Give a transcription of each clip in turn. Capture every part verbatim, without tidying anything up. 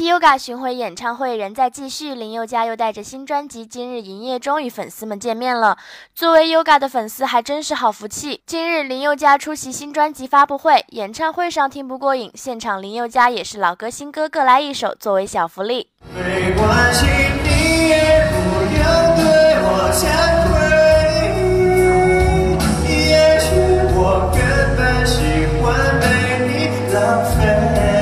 Yoga 巡回演唱会仍在继续，林宥嘉又带着新专辑今日营业中与粉丝们见面了。作为 Yoga 的粉丝还真是好福气。今日林宥嘉出席新专辑发布会，演唱会上听不过瘾，现场林宥嘉也是老歌新歌各来一首作为小福利。 没关系，你也不要对我惭愧，也许我根本喜欢被你浪费。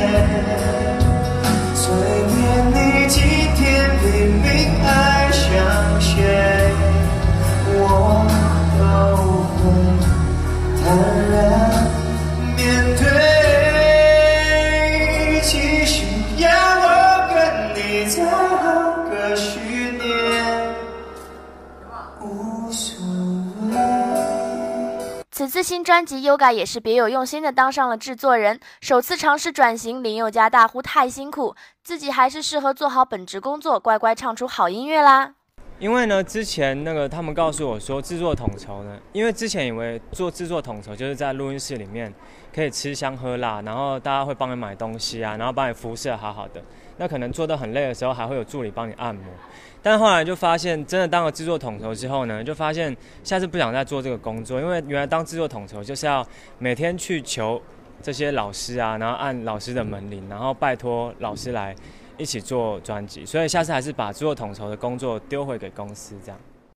此次新专辑 Yoga 也是别有用心的当上了制作人，首次尝试转型，林宥嘉大呼太辛苦，自己还是适合做好本职工作，乖乖唱出好音乐啦。 因为呢，之前那个他们告诉我说，制作统筹呢，因为之前以为做制作统筹就是在录音室里面可以吃香喝辣，然后大家会帮你买东西啊，然后帮你服侍好好的，那可能做得很累的时候还会有助理帮你按摩。但后来就发现，真的当了制作统筹之后呢，就发现下次不想再做这个工作，因为原来当制作统筹就是要每天去求这些老师啊，然后按老师的门铃，然后拜托老师来一起做专辑，所以下次还是把制作统筹的工作丢回给公司这样。